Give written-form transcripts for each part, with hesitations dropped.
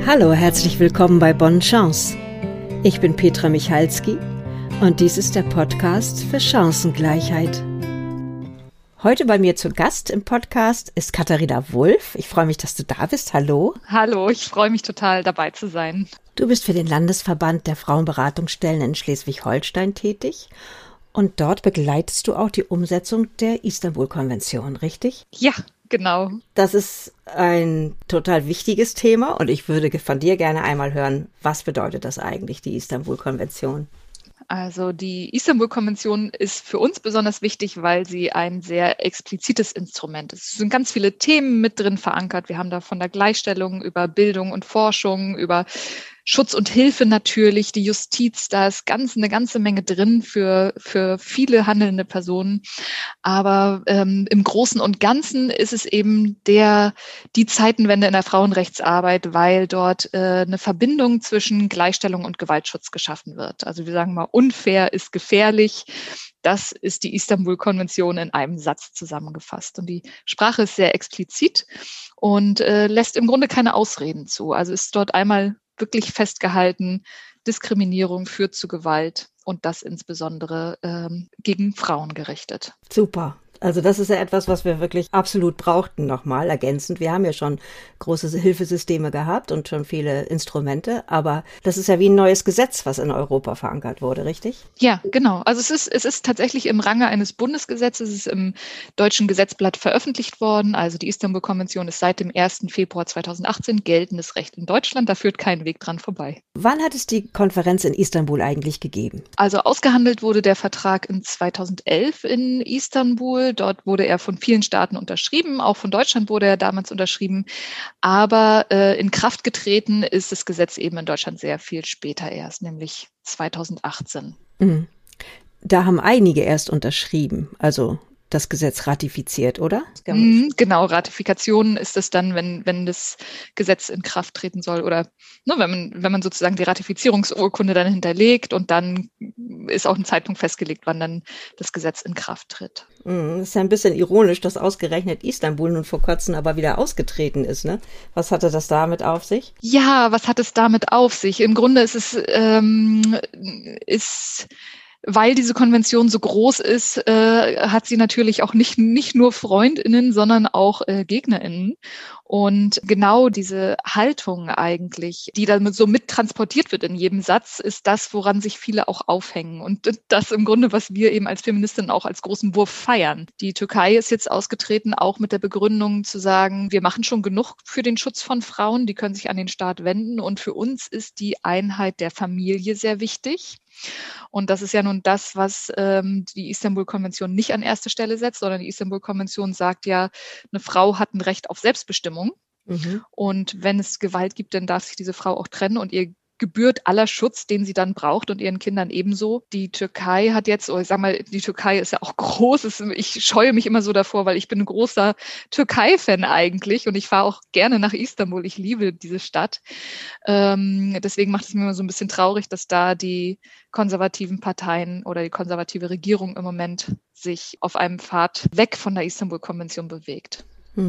Hallo, herzlich willkommen bei Bonne Chance. Ich bin Petra Michalski und dies ist der Podcast für Chancengleichheit. Heute bei mir zu Gast im Podcast ist Katharina Wulff. Ich freue mich, dass du da bist. Hallo. Hallo, ich freue mich total, dabei zu sein. Du bist für den Landesverband der Frauenberatungsstellen in Schleswig-Holstein tätig und dort begleitest du auch die Umsetzung der Istanbul-Konvention, richtig? Ja, genau. Das ist ein total wichtiges Thema und ich würde von dir gerne einmal hören, was bedeutet das eigentlich, die Istanbul-Konvention? Also die Istanbul-Konvention ist für uns besonders wichtig, weil sie ein sehr explizites Instrument ist. Es sind ganz viele Themen mit drin verankert. Wir haben da von der Gleichstellung über Bildung und Forschung, über Schutz und Hilfe natürlich, die Justiz, da ist eine ganze Menge drin für viele handelnde Personen. Aber im Großen und Ganzen ist es eben die Zeitenwende in der Frauenrechtsarbeit, weil dort eine Verbindung zwischen Gleichstellung und Gewaltschutz geschaffen wird. Also wir sagen mal, unfair ist gefährlich. Das ist die Istanbul-Konvention in einem Satz zusammengefasst. Und die Sprache ist sehr explizit und lässt im Grunde keine Ausreden zu. Also ist dort einmal wirklich festgehalten, Diskriminierung führt zu Gewalt und das insbesondere gegen Frauen gerichtet. Super. Also das ist ja etwas, was wir wirklich absolut brauchten nochmal ergänzend. Wir haben ja schon große Hilfesysteme gehabt und schon viele Instrumente, aber das ist ja wie ein neues Gesetz, was in Europa verankert wurde, richtig? Ja, genau. Also es ist tatsächlich im Range eines Bundesgesetzes, es ist im Deutschen Gesetzblatt veröffentlicht worden. Also die Istanbul-Konvention ist seit dem 1. Februar 2018 geltendes Recht in Deutschland. Da führt kein Weg dran vorbei. Wann hat es die Konferenz in Istanbul eigentlich gegeben? Also ausgehandelt wurde der Vertrag in 2011 in Istanbul. Dort wurde er von vielen Staaten unterschrieben, auch von Deutschland wurde er damals unterschrieben. Aber in Kraft getreten ist das Gesetz eben in Deutschland sehr viel später erst, nämlich 2018. Da haben einige erst unterschrieben, also das Gesetz ratifiziert, oder? Genau, Ratifikation ist es dann, wenn das Gesetz in Kraft treten soll oder wenn man sozusagen die Ratifizierungsurkunde dann hinterlegt und dann ist auch ein Zeitpunkt festgelegt, wann dann das Gesetz in Kraft tritt. Das ist ja ein bisschen ironisch, dass ausgerechnet Istanbul nun vor kurzem aber wieder ausgetreten ist, ne? Was hatte das damit auf sich? Ja, was hat es damit auf sich? Im Grunde ist es weil diese Konvention so groß ist, hat sie natürlich auch nicht nur FreundInnen, sondern auch GegnerInnen. Und genau diese Haltung eigentlich, die dann so mit transportiert wird in jedem Satz, ist das, woran sich viele auch aufhängen. Und das im Grunde, was wir eben als Feministinnen auch als großen Wurf feiern. Die Türkei ist jetzt ausgetreten, auch mit der Begründung zu sagen, wir machen schon genug für den Schutz von Frauen, die können sich an den Staat wenden. Und für uns ist die Einheit der Familie sehr wichtig. Und das ist ja nun das, was die Istanbul-Konvention nicht an erste Stelle setzt, sondern die Istanbul-Konvention sagt ja, eine Frau hat ein Recht auf Selbstbestimmung. Und wenn es Gewalt gibt, dann darf sich diese Frau auch trennen und ihr gebührt aller Schutz, den sie dann braucht und ihren Kindern ebenso. Die Türkei hat jetzt, oder ich sag mal, die Türkei ist ja auch groß. Ich scheue mich immer so davor, weil ich bin ein großer Türkei-Fan eigentlich und ich fahre auch gerne nach Istanbul. Ich liebe diese Stadt. Deswegen macht es mir immer so ein bisschen traurig, dass da die konservativen Parteien oder die konservative Regierung im Moment sich auf einem Pfad weg von der Istanbul-Konvention bewegt.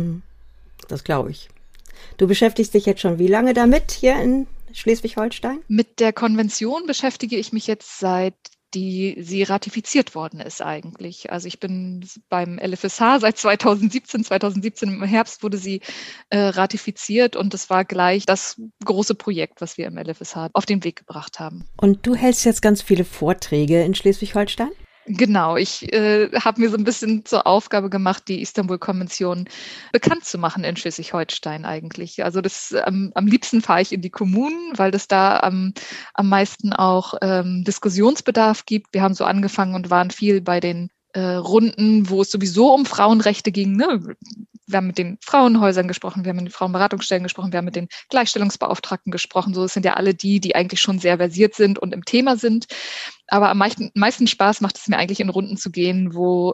Das glaube ich. Du beschäftigst dich jetzt schon wie lange damit hier in Schleswig-Holstein? Mit der Konvention beschäftige ich mich jetzt seit sie ratifiziert worden ist eigentlich. Also ich bin beim LFSH seit 2017. 2017 im Herbst wurde sie ratifiziert und das war gleich das große Projekt, was wir im LFSH auf den Weg gebracht haben. Und du hältst jetzt ganz viele Vorträge in Schleswig-Holstein? Genau, ich habe mir so ein bisschen zur Aufgabe gemacht, die Istanbul-Konvention bekannt zu machen in Schleswig-Holstein eigentlich. Also am liebsten fahre ich in die Kommunen, weil das da am meisten auch Diskussionsbedarf gibt. Wir haben so angefangen und waren viel bei den Runden, wo es sowieso um Frauenrechte ging. Ne? Wir haben mit den Frauenhäusern gesprochen, wir haben mit den Frauenberatungsstellen gesprochen, wir haben mit den Gleichstellungsbeauftragten gesprochen. So, es sind ja alle die eigentlich schon sehr versiert sind und im Thema sind. Aber am meisten Spaß macht es mir eigentlich, in Runden zu gehen, wo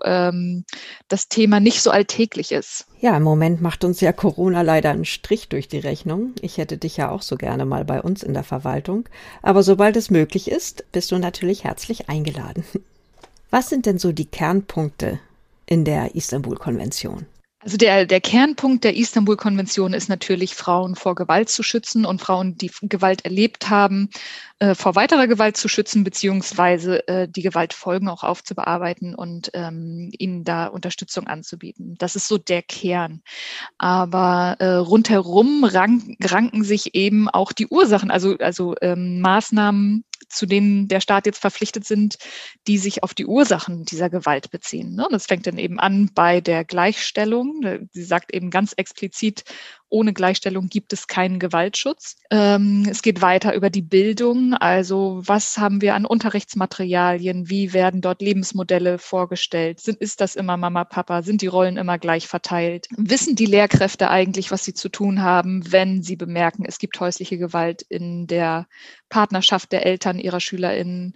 das Thema nicht so alltäglich ist. Ja, im Moment macht uns ja Corona leider einen Strich durch die Rechnung. Ich hätte dich ja auch so gerne mal bei uns in der Verwaltung. Aber sobald es möglich ist, bist du natürlich herzlich eingeladen. Was sind denn so die Kernpunkte in der Istanbul-Konvention? Also der Kernpunkt der Istanbul-Konvention ist natürlich, Frauen vor Gewalt zu schützen und Frauen, die Gewalt erlebt haben, vor weiterer Gewalt zu schützen, beziehungsweise die Gewaltfolgen auch aufzubearbeiten und ihnen da Unterstützung anzubieten. Das ist so der Kern. Aber rundherum ranken sich eben auch die Ursachen, also Maßnahmen, zu denen der Staat jetzt verpflichtet sind, die sich auf die Ursachen dieser Gewalt beziehen. Ne? Das fängt dann eben an bei der Gleichstellung. Sie sagt eben ganz explizit, ohne Gleichstellung gibt es keinen Gewaltschutz. Es geht weiter über die Bildung. Also was haben wir an Unterrichtsmaterialien? Wie werden dort Lebensmodelle vorgestellt? Ist das immer Mama, Papa? Sind die Rollen immer gleich verteilt? Wissen die Lehrkräfte eigentlich, was sie zu tun haben, wenn sie bemerken, es gibt häusliche Gewalt in der Partnerschaft der Eltern ihrer SchülerInnen?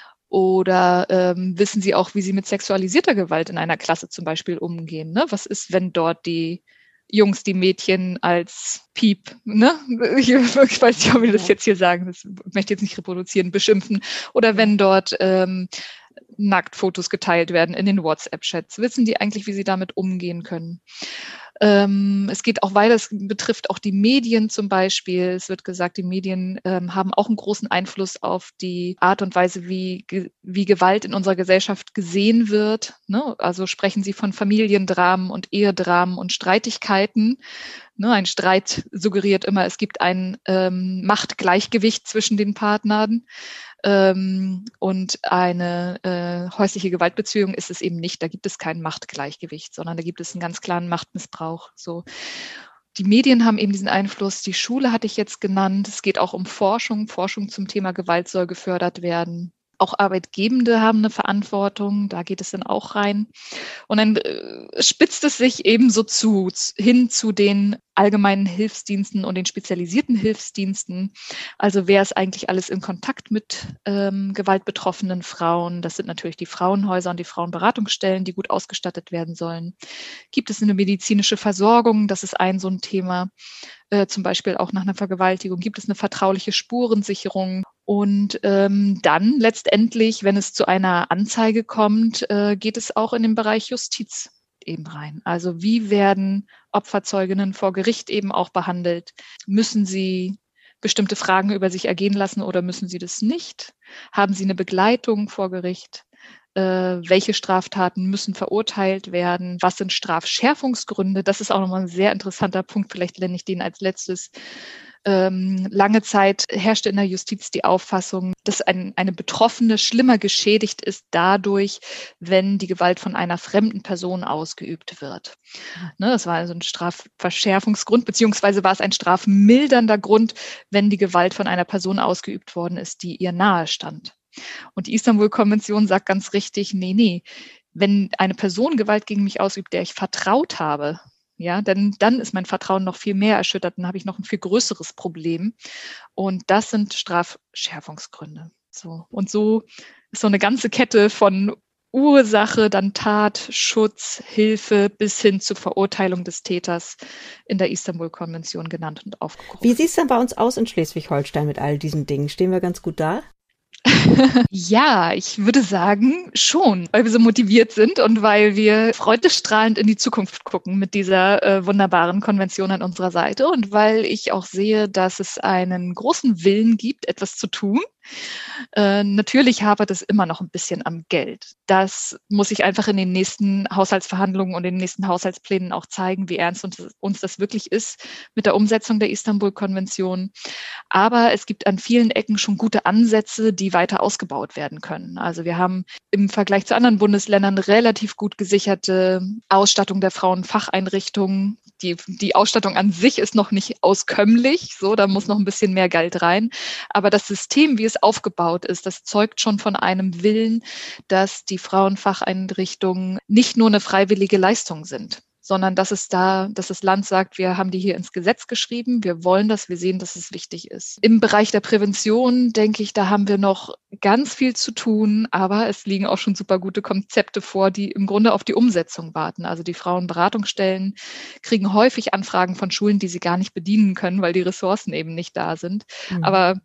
Oder wissen sie auch, wie sie mit sexualisierter Gewalt in einer Klasse zum Beispiel umgehen? Ne? Was ist, wenn dort die Jungs die Mädchen als Piep, ne? Ich weiß nicht, ob wir das jetzt hier sagen, das möchte ich jetzt nicht reproduzieren, beschimpfen. Oder wenn dort Nacktfotos geteilt werden in den WhatsApp-Chats. Wissen die eigentlich, wie sie damit umgehen können? Es geht auch weiter, es betrifft auch die Medien zum Beispiel. Es wird gesagt, die Medien haben auch einen großen Einfluss auf die Art und Weise, wie Gewalt in unserer Gesellschaft gesehen wird. Ne? Also sprechen sie von Familiendramen und Ehedramen und Streitigkeiten. Ne? Ein Streit suggeriert immer, es gibt ein Machtgleichgewicht zwischen den Partnern. Und eine häusliche Gewaltbeziehung ist es eben nicht. Da gibt es kein Machtgleichgewicht, sondern da gibt es einen ganz klaren Machtmissbrauch. So. Die Medien haben eben diesen Einfluss. Die Schule hatte ich jetzt genannt. Es geht auch um Forschung. Forschung zum Thema Gewalt soll gefördert werden. Auch Arbeitgebende haben eine Verantwortung, da geht es dann auch rein. Und dann spitzt es sich eben so hin zu den allgemeinen Hilfsdiensten und den spezialisierten Hilfsdiensten. Also wer ist eigentlich alles in Kontakt mit gewaltbetroffenen Frauen? Das sind natürlich die Frauenhäuser und die Frauenberatungsstellen, die gut ausgestattet werden sollen. Gibt es eine medizinische Versorgung? Das ist so ein Thema. Zum Beispiel auch nach einer Vergewaltigung. Gibt es eine vertrauliche Spurensicherung? Und dann letztendlich, wenn es zu einer Anzeige kommt, geht es auch in den Bereich Justiz eben rein. Also wie werden Opferzeuginnen vor Gericht eben auch behandelt? Müssen sie bestimmte Fragen über sich ergehen lassen oder müssen sie das nicht? Haben sie eine Begleitung vor Gericht? Welche Straftaten müssen verurteilt werden? Was sind Strafschärfungsgründe? Das ist auch nochmal ein sehr interessanter Punkt. Vielleicht nenne ich den als letztes. Lange Zeit herrschte in der Justiz die Auffassung, dass eine Betroffene schlimmer geschädigt ist dadurch, wenn die Gewalt von einer fremden Person ausgeübt wird. Ne, das war also ein Strafverschärfungsgrund, beziehungsweise war es ein strafmildernder Grund, wenn die Gewalt von einer Person ausgeübt worden ist, die ihr nahe stand. Und die Istanbul-Konvention sagt ganz richtig, nee, wenn eine Person Gewalt gegen mich ausübt, der ich vertraut habe, ja, dann ist mein Vertrauen noch viel mehr erschüttert, dann habe ich noch ein viel größeres Problem. Und das sind Strafschärfungsgründe. So. Und so ist so eine ganze Kette von Ursache, dann Tat, Schutz, Hilfe bis hin zur Verurteilung des Täters in der Istanbul-Konvention genannt und aufgerufen. Wie sieht es denn bei uns aus in Schleswig-Holstein mit all diesen Dingen? Stehen wir ganz gut da? Ja, ich würde sagen schon, weil wir so motiviert sind und weil wir freudestrahlend in die Zukunft gucken mit dieser wunderbaren Konvention an unserer Seite und weil ich auch sehe, dass es einen großen Willen gibt, etwas zu tun. Natürlich hapert es immer noch ein bisschen am Geld. Das muss sich einfach in den nächsten Haushaltsverhandlungen und in den nächsten Haushaltsplänen auch zeigen, wie ernst uns das wirklich ist mit der Umsetzung der Istanbul-Konvention. Aber es gibt an vielen Ecken schon gute Ansätze, die weiter ausgebaut werden können. Also wir haben im Vergleich zu anderen Bundesländern relativ gut gesicherte Ausstattung der Frauenfacheinrichtungen. Die Ausstattung an sich ist noch nicht auskömmlich, so, da muss noch ein bisschen mehr Geld rein. Aber das System, wie es aufgebaut ist, das zeugt schon von einem Willen, dass die Frauenfacheinrichtungen nicht nur eine freiwillige Leistung sind, sondern dass das Land sagt, wir haben die hier ins Gesetz geschrieben, wir wollen das, wir sehen, dass es wichtig ist. Im Bereich der Prävention, denke ich, da haben wir noch ganz viel zu tun, aber es liegen auch schon super gute Konzepte vor, die im Grunde auf die Umsetzung warten. Also die Frauenberatungsstellen kriegen häufig Anfragen von Schulen, die sie gar nicht bedienen können, weil die Ressourcen eben nicht da sind. Mhm. Aber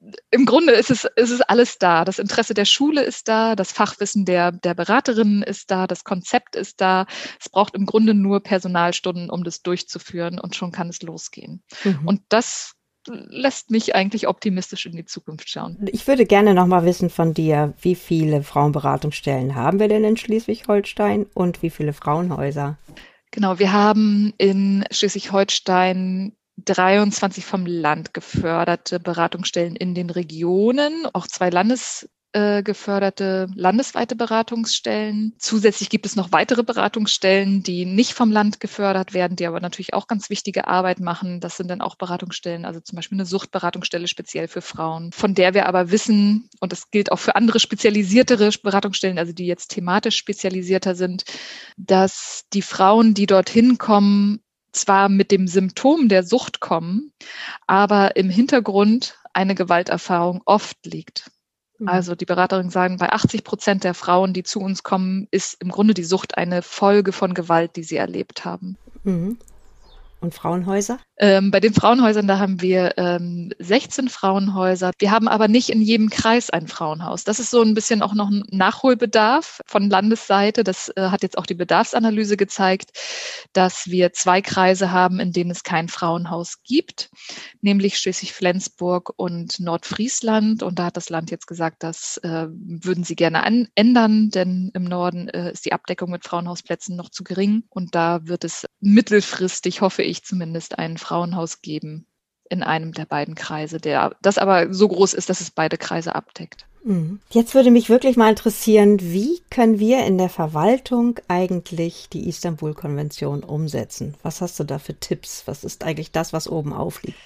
im Grunde ist es alles da. Das Interesse der Schule ist da, das Fachwissen der Beraterinnen ist da, das Konzept ist da. Es braucht im Grunde nur Personalstunden, um das durchzuführen und schon kann es losgehen. Mhm. Und das lässt mich eigentlich optimistisch in die Zukunft schauen. Ich würde gerne noch mal wissen von dir, wie viele Frauenberatungsstellen haben wir denn in Schleswig-Holstein und wie viele Frauenhäuser? Genau, wir haben in Schleswig-Holstein 23 vom Land geförderte Beratungsstellen in den Regionen, auch 2 geförderte landesweite Beratungsstellen. Zusätzlich gibt es noch weitere Beratungsstellen, die nicht vom Land gefördert werden, die aber natürlich auch ganz wichtige Arbeit machen. Das sind dann auch Beratungsstellen, also zum Beispiel eine Suchtberatungsstelle speziell für Frauen, von der wir aber wissen, und das gilt auch für andere spezialisiertere Beratungsstellen, also die jetzt thematisch spezialisierter sind, dass die Frauen, die dorthin kommen, zwar mit dem Symptom der Sucht kommen, aber im Hintergrund eine Gewalterfahrung oft liegt. Also die Beraterinnen sagen, bei 80% der Frauen, die zu uns kommen, ist im Grunde die Sucht eine Folge von Gewalt, die sie erlebt haben. Mhm. Und Frauenhäuser? Bei den Frauenhäusern, da haben wir 16 Frauenhäuser. Wir haben aber nicht in jedem Kreis ein Frauenhaus. Das ist so ein bisschen auch noch ein Nachholbedarf von Landesseite. Das hat jetzt auch die Bedarfsanalyse gezeigt, dass wir 2 Kreise haben, in denen es kein Frauenhaus gibt, nämlich Schleswig-Flensburg und Nordfriesland. Und da hat das Land jetzt gesagt, das würden sie gerne ändern, denn im Norden ist die Abdeckung mit Frauenhausplätzen noch zu gering. Und da wird es mittelfristig, hoffe ich zumindest, einen Frauenhaus geben in einem der beiden Kreise, das aber so groß ist, dass es beide Kreise abdeckt. Jetzt würde mich wirklich mal interessieren, wie können wir in der Verwaltung eigentlich die Istanbul-Konvention umsetzen? Was hast du da für Tipps? Was ist eigentlich das, was oben aufliegt?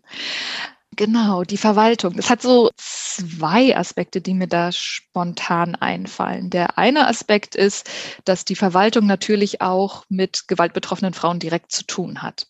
Genau, die Verwaltung. Es hat so 2 Aspekte, die mir da spontan einfallen. Der eine Aspekt ist, dass die Verwaltung natürlich auch mit gewaltbetroffenen Frauen direkt zu tun hat.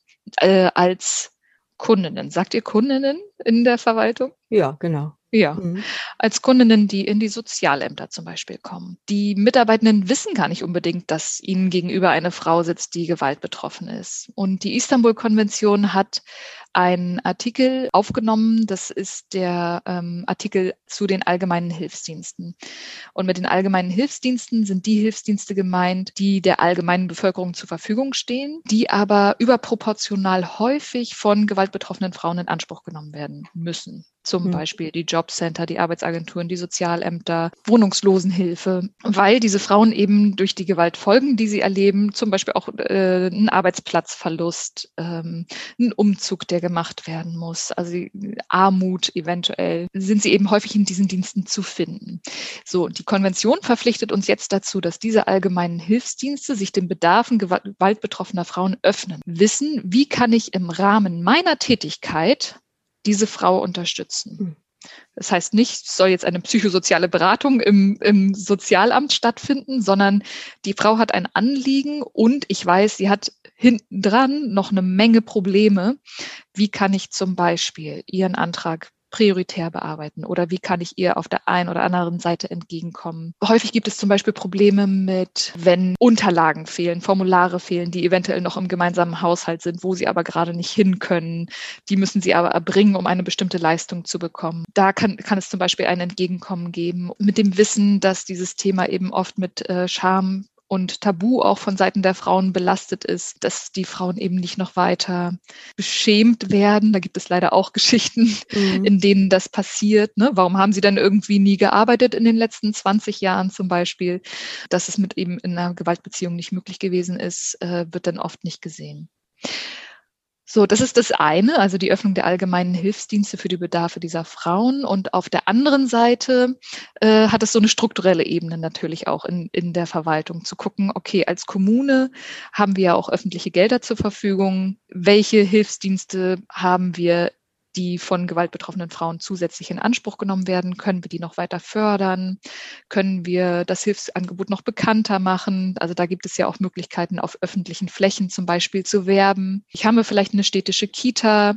Als Kundinnen. Sagt ihr Kundinnen in der Verwaltung? Ja, genau. Ja, als Kundinnen, die in die Sozialämter zum Beispiel kommen. Die Mitarbeitenden wissen gar nicht unbedingt, dass ihnen gegenüber eine Frau sitzt, die gewaltbetroffen ist. Und die Istanbul-Konvention hat einen Artikel aufgenommen, das ist der Artikel zu den allgemeinen Hilfsdiensten. Und mit den allgemeinen Hilfsdiensten sind die Hilfsdienste gemeint, die der allgemeinen Bevölkerung zur Verfügung stehen, die aber überproportional häufig von gewaltbetroffenen Frauen in Anspruch genommen werden müssen. Zum Beispiel die Jobcenter, die Arbeitsagenturen, die Sozialämter, Wohnungslosenhilfe, weil diese Frauen eben durch die Gewaltfolgen, die sie erleben, zum Beispiel auch einen Arbeitsplatzverlust, einen Umzug, der gemacht werden muss, also Armut eventuell, sind sie eben häufig in diesen Diensten zu finden. So, die Konvention verpflichtet uns jetzt dazu, dass diese allgemeinen Hilfsdienste sich den Bedarfen gewaltbetroffener Frauen öffnen, wissen, wie kann ich im Rahmen meiner Tätigkeit diese Frau unterstützen. Das heißt nicht, es soll jetzt eine psychosoziale Beratung im Sozialamt stattfinden, sondern die Frau hat ein Anliegen und ich weiß, sie hat hinten dran noch eine Menge Probleme. Wie kann ich zum Beispiel ihren Antrag prioritär bearbeiten oder wie kann ich ihr auf der einen oder anderen Seite entgegenkommen. Häufig gibt es zum Beispiel Probleme mit, wenn Unterlagen fehlen, Formulare fehlen, die eventuell noch im gemeinsamen Haushalt sind, wo sie aber gerade nicht hin können. Die müssen sie aber erbringen, um eine bestimmte Leistung zu bekommen. Da kann es zum Beispiel ein Entgegenkommen geben, mit dem Wissen, dass dieses Thema eben oft mit Scham und Tabu auch von Seiten der Frauen belastet ist, dass die Frauen eben nicht noch weiter beschämt werden. Da gibt es leider auch Geschichten, in denen das passiert. Ne? Warum haben sie denn irgendwie nie gearbeitet in den letzten 20 Jahren zum Beispiel? Dass es mit eben in einer Gewaltbeziehung nicht möglich gewesen ist, wird dann oft nicht gesehen. So, das ist das eine, also die Öffnung der allgemeinen Hilfsdienste für die Bedarfe dieser Frauen. Und auf der anderen Seite hat es so eine strukturelle Ebene natürlich auch in der Verwaltung, zu gucken, okay, als Kommune haben wir ja auch öffentliche Gelder zur Verfügung. Welche Hilfsdienste haben wir, die von gewaltbetroffenen Frauen zusätzlich in Anspruch genommen werden? Können wir die noch weiter fördern? Können wir das Hilfsangebot noch bekannter machen? Also da gibt es ja auch Möglichkeiten, auf öffentlichen Flächen zum Beispiel zu werben. Ich habe vielleicht eine städtische Kita,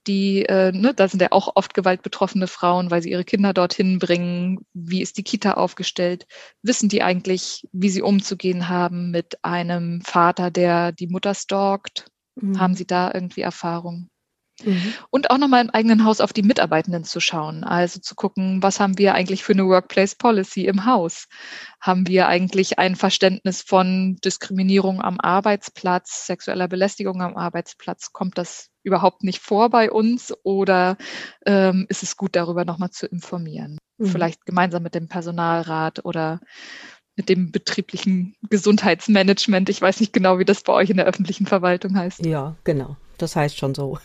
da sind ja auch oft gewaltbetroffene Frauen, weil sie ihre Kinder dorthin bringen. Wie ist die Kita aufgestellt? Wissen die eigentlich, wie sie umzugehen haben mit einem Vater, der die Mutter stalkt? Haben sie da irgendwie Erfahrung? Und auch nochmal im eigenen Haus auf die Mitarbeitenden zu schauen. Also zu gucken, was haben wir eigentlich für eine Workplace Policy im Haus? Haben wir eigentlich ein Verständnis von Diskriminierung am Arbeitsplatz, sexueller Belästigung am Arbeitsplatz? Kommt das überhaupt nicht vor bei uns oder ist es gut, darüber nochmal zu informieren? Vielleicht gemeinsam mit dem Personalrat oder mit dem betrieblichen Gesundheitsmanagement. Ich weiß nicht genau, wie das bei euch in der öffentlichen Verwaltung heißt. Ja, genau. Das heißt schon so.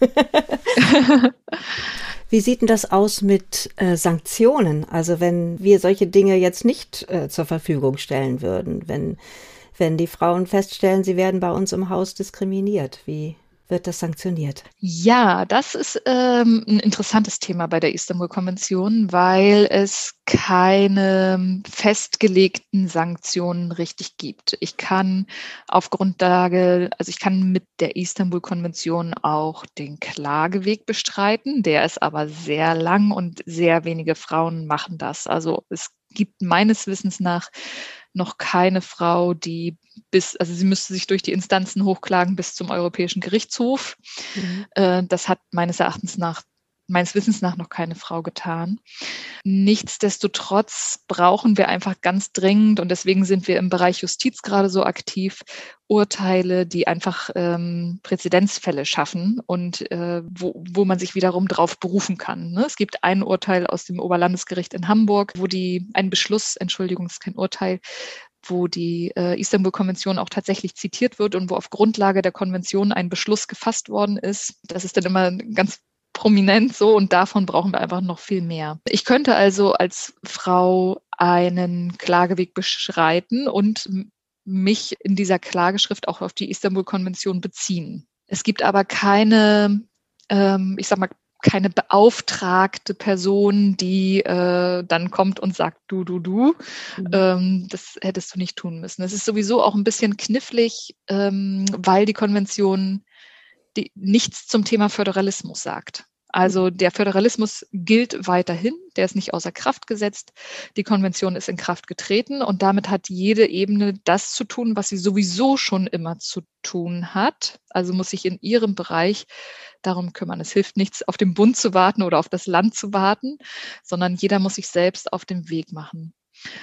Wie sieht denn das aus mit Sanktionen? Also wenn wir solche Dinge jetzt nicht zur Verfügung stellen würden, wenn die Frauen feststellen, sie werden bei uns im Haus diskriminiert, wie wird das sanktioniert? Ja, das ist ein interessantes Thema bei der Istanbul-Konvention, weil es keine festgelegten Sanktionen richtig gibt. Ich kann ich kann mit der Istanbul-Konvention auch den Klageweg bestreiten. Der ist aber sehr lang und sehr wenige Frauen machen das. Also es gibt meines Wissens nach noch keine Frau, sie müsste sich durch die Instanzen hochklagen bis zum Europäischen Gerichtshof. Das hat meines Wissens nach noch keine Frau getan. Nichtsdestotrotz brauchen wir einfach ganz dringend, und deswegen sind wir im Bereich Justiz gerade so aktiv, Urteile, die einfach Präzedenzfälle schaffen und wo man sich wiederum drauf berufen kann. Ne? Es gibt ein Urteil aus dem Oberlandesgericht in Hamburg, wo es ist kein Urteil, wo die Istanbul-Konvention auch tatsächlich zitiert wird und wo auf Grundlage der Konvention ein Beschluss gefasst worden ist. Das ist dann immer ganz prominent so, und davon brauchen wir einfach noch viel mehr. Ich könnte also als Frau einen Klageweg beschreiten und mich in dieser Klageschrift auch auf die Istanbul-Konvention beziehen. Es gibt aber keine beauftragte Person, die dann kommt und sagt, du. Das hättest du nicht tun müssen. Es ist sowieso auch ein bisschen knifflig, weil die Konvention nichts zum Thema Föderalismus sagt. Also der Föderalismus gilt weiterhin, der ist nicht außer Kraft gesetzt. Die Konvention ist in Kraft getreten und damit hat jede Ebene das zu tun, was sie sowieso schon immer zu tun hat. Also muss sich in ihrem Bereich darum kümmern. Es hilft nichts, auf den Bund zu warten oder auf das Land zu warten, sondern jeder muss sich selbst auf den Weg machen.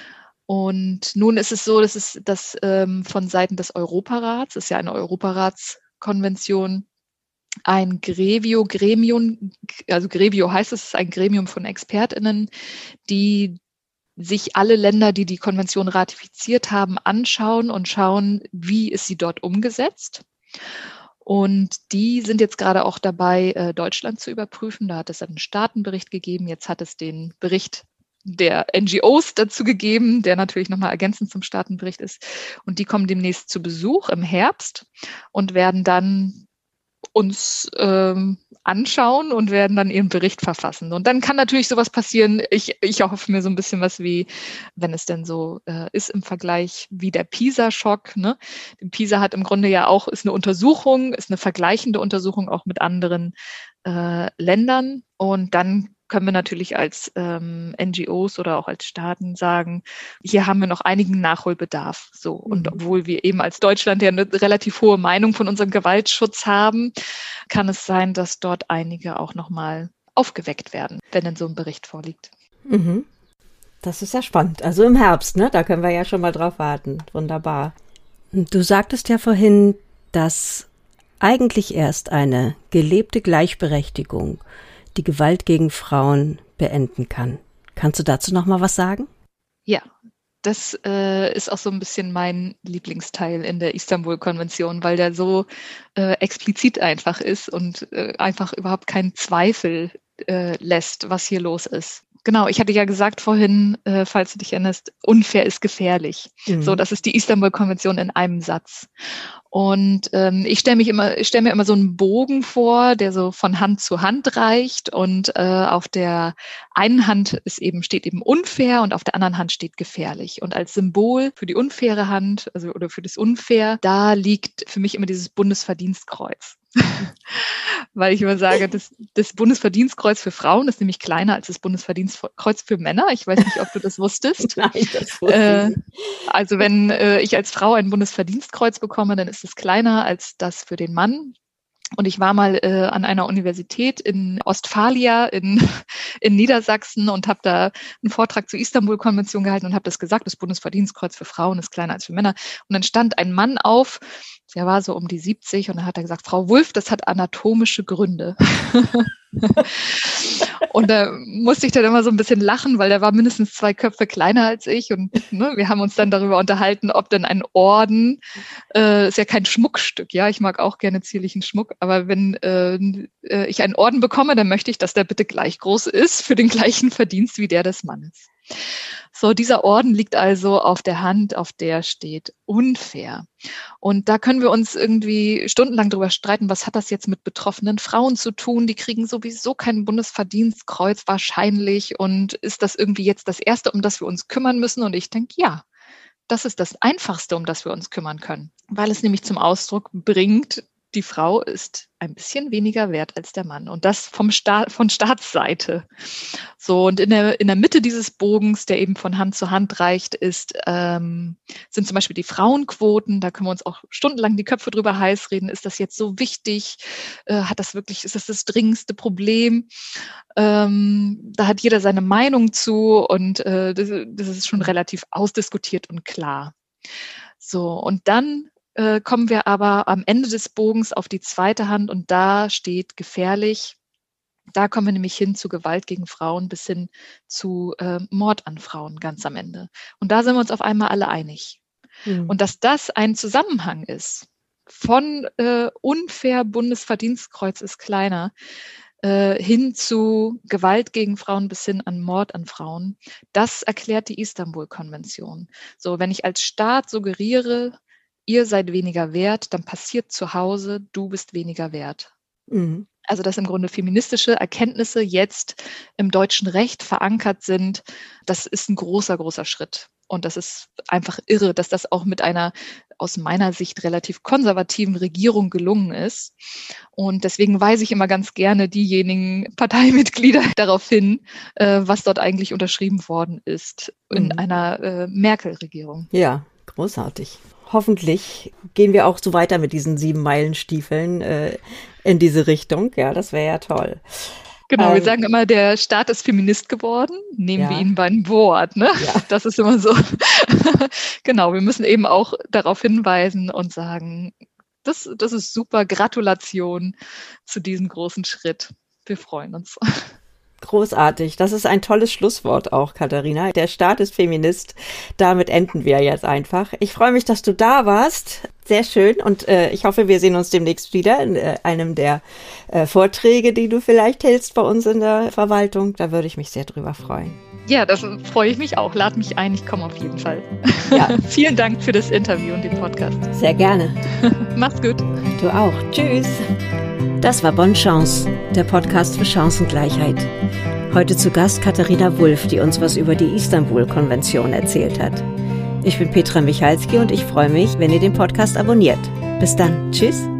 Und nun ist es so, dass von Seiten des Europarats, ist ja eine Europaratskonvention, ein Gremium, also Grevio heißt es, ist ein Gremium von ExpertInnen, die sich alle Länder, die die Konvention ratifiziert haben, anschauen und schauen, wie ist sie dort umgesetzt. Und die sind jetzt gerade auch dabei, Deutschland zu überprüfen. Da hat es einen Staatenbericht gegeben. Jetzt hat es den Bericht der NGOs dazu gegeben, der natürlich nochmal ergänzend zum Staatenbericht ist. Und die kommen demnächst zu Besuch im Herbst und werden dann uns anschauen und werden dann ihren Bericht verfassen. Und dann kann natürlich sowas passieren. Ich hoffe mir so ein bisschen was wie, wenn es denn so ist im Vergleich wie der PISA-Schock. Ne? PISA hat im Grunde ja auch, ist eine vergleichende Untersuchung auch mit anderen Ländern. Und dann können wir natürlich als NGOs oder auch als Staaten sagen, hier haben wir noch einigen Nachholbedarf. So. Und obwohl wir eben als Deutschland ja eine relativ hohe Meinung von unserem Gewaltschutz haben, kann es sein, dass dort einige auch nochmal aufgeweckt werden, wenn dann so ein Bericht vorliegt. Das ist ja spannend. Also im Herbst, ne? Da können wir ja schon mal drauf warten. Wunderbar. Du sagtest ja vorhin, dass eigentlich erst eine gelebte Gleichberechtigung die Gewalt gegen Frauen beenden kann. Kannst du dazu noch mal was sagen? Ja, das ist auch so ein bisschen mein Lieblingsteil in der Istanbul-Konvention, weil der so explizit einfach ist und einfach überhaupt keinen Zweifel lässt, was hier los ist. Genau, ich hatte ja gesagt vorhin, falls du dich erinnerst, unfair ist gefährlich. So, das ist die Istanbul-Konvention in einem Satz. Und ich stelle mir immer so einen Bogen vor, der so von Hand zu Hand reicht, und auf der einen Hand steht eben unfair und auf der anderen Hand steht gefährlich. Und als Symbol für die unfaire Hand, also oder für das Unfair, da liegt für mich immer dieses Bundesverdienstkreuz. Weil ich immer sage, das Bundesverdienstkreuz für Frauen ist nämlich kleiner als das Bundesverdienstkreuz für Männer. Ich weiß nicht, ob du das wusstest. Nein, das wusste ich nicht. Also wenn ich als Frau ein Bundesverdienstkreuz bekomme, dann ist es kleiner als das für den Mann. Und ich war mal an einer Universität in Ostfalia in Niedersachsen und habe da einen Vortrag zur Istanbul-Konvention gehalten und habe das gesagt, das Bundesverdienstkreuz für Frauen ist kleiner als für Männer. Und dann stand ein Mann auf, der war so um die 70 und dann hat er gesagt, Frau Wulff, das hat anatomische Gründe. Und da musste ich dann immer so ein bisschen lachen, weil der war mindestens 2 Köpfe kleiner als ich und wir haben uns dann darüber unterhalten, ob denn ein Orden, ist ja kein Schmuckstück, ja, ich mag auch gerne zierlichen Schmuck, aber wenn ich einen Orden bekomme, dann möchte ich, dass der bitte gleich groß ist für den gleichen Verdienst wie der des Mannes. So, dieser Orden liegt also auf der Hand, auf der steht unfair. Und da können wir uns irgendwie stundenlang drüber streiten, was hat das jetzt mit betroffenen Frauen zu tun? Die kriegen sowieso kein Bundesverdienstkreuz wahrscheinlich. Und ist das irgendwie jetzt das Erste, um das wir uns kümmern müssen? Und ich denke, ja, das ist das Einfachste, um das wir uns kümmern können. Weil es nämlich zum Ausdruck bringt, die Frau ist ein bisschen weniger wert als der Mann. Und das von Staatsseite. So, und in der Mitte dieses Bogens, der eben von Hand zu Hand reicht, sind zum Beispiel die Frauenquoten. Da können wir uns auch stundenlang die Köpfe drüber heiß reden. Ist das jetzt so wichtig? Ist das dringendste Problem? Da hat jeder seine Meinung zu und das ist schon relativ ausdiskutiert und klar. So, und dann kommen wir aber am Ende des Bogens auf die zweite Hand und da steht gefährlich. Da kommen wir nämlich hin zu Gewalt gegen Frauen bis hin zu Mord an Frauen ganz am Ende. Und da sind wir uns auf einmal alle einig. Und dass das ein Zusammenhang ist von unfair Bundesverdienstkreuz ist kleiner hin zu Gewalt gegen Frauen bis hin an Mord an Frauen, das erklärt die Istanbul-Konvention. So, wenn ich als Staat suggeriere, ihr seid weniger wert, dann passiert zu Hause, du bist weniger wert. Mhm. Also dass im Grunde feministische Erkenntnisse jetzt im deutschen Recht verankert sind, das ist ein großer, großer Schritt. Und das ist einfach irre, dass das auch mit einer aus meiner Sicht relativ konservativen Regierung gelungen ist. Und deswegen weise ich immer ganz gerne diejenigen Parteimitglieder darauf hin, was dort eigentlich unterschrieben worden ist in einer Merkel-Regierung. Ja, großartig. Hoffentlich gehen wir auch so weiter mit diesen 7-Meilen-Stiefeln in diese Richtung. Ja, das wäre ja toll. Genau, wir sagen immer, der Staat ist Feminist geworden. Nehmen wir ihn beim Wort, ne? Ja. Das ist immer so. Genau, wir müssen eben auch darauf hinweisen und sagen, das ist super. Gratulation zu diesem großen Schritt. Wir freuen uns. Großartig. Das ist ein tolles Schlusswort auch, Katharina. Der Staat ist Feminist. Damit enden wir jetzt einfach. Ich freue mich, dass du da warst. Sehr schön. Und ich hoffe, wir sehen uns demnächst wieder in einem der Vorträge, die du vielleicht hältst bei uns in der Verwaltung. Da würde ich mich sehr drüber freuen. Ja, das freue ich mich auch. Lad mich ein. Ich komme auf jeden Fall. Ja. Vielen Dank für das Interview und den Podcast. Sehr gerne. Mach's gut. Du auch. Tschüss. Das war Bonne Chance, der Podcast für Chancengleichheit. Heute zu Gast Katharina Wulff, die uns was über die Istanbul-Konvention erzählt hat. Ich bin Petra Michalski und ich freue mich, wenn ihr den Podcast abonniert. Bis dann. Tschüss.